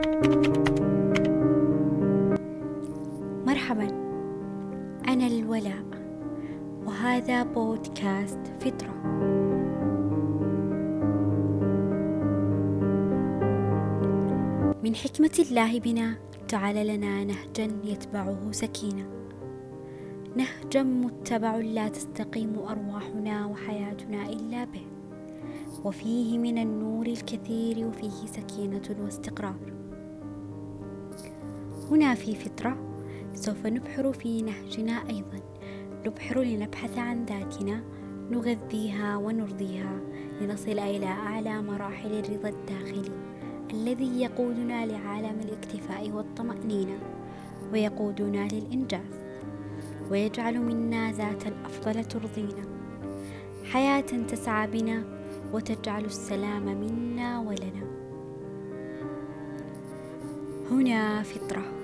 مرحبا، أنا الولاء، وهذا بودكاست فطرة. من حكمة الله بنا جعل لنا نهجا يتبعه سكينة، نهجا متبع لا تستقيم أرواحنا وحياتنا إلا به، وفيه من النور الكثير وفيه سكينة واستقرار. هنا في فطرة سوف نبحر في نهجنا أيضا، نبحر لنبحث عن ذاتنا، نغذيها ونرضيها لنصل إلى أعلى مراحل الرضا الداخلي الذي يقودنا لعالم الاكتفاء والطمأنينة، ويقودنا للإنجاز، ويجعل منا ذاتا أفضل ترضينا، حياة تسعى بنا وتجعل السلام منا ولنا. هنا فطرة.